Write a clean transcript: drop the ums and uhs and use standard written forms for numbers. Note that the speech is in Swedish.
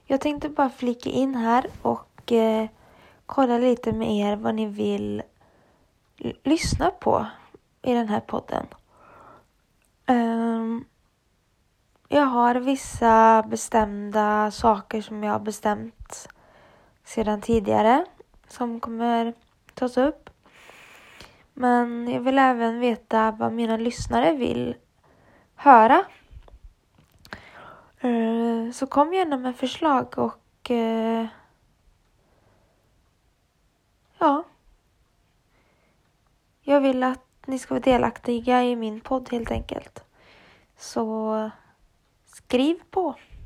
Jag tänkte bara flika in här och kolla lite med er vad ni vill lyssna på i den här podden. Jag har vissa bestämda saker som jag har bestämt sedan tidigare som kommer tas upp. Men jag vill även veta vad mina lyssnare vill höra. Så kom gärna med förslag och jag vill att ni ska vara delaktiga i min podd helt enkelt. Så skriv på.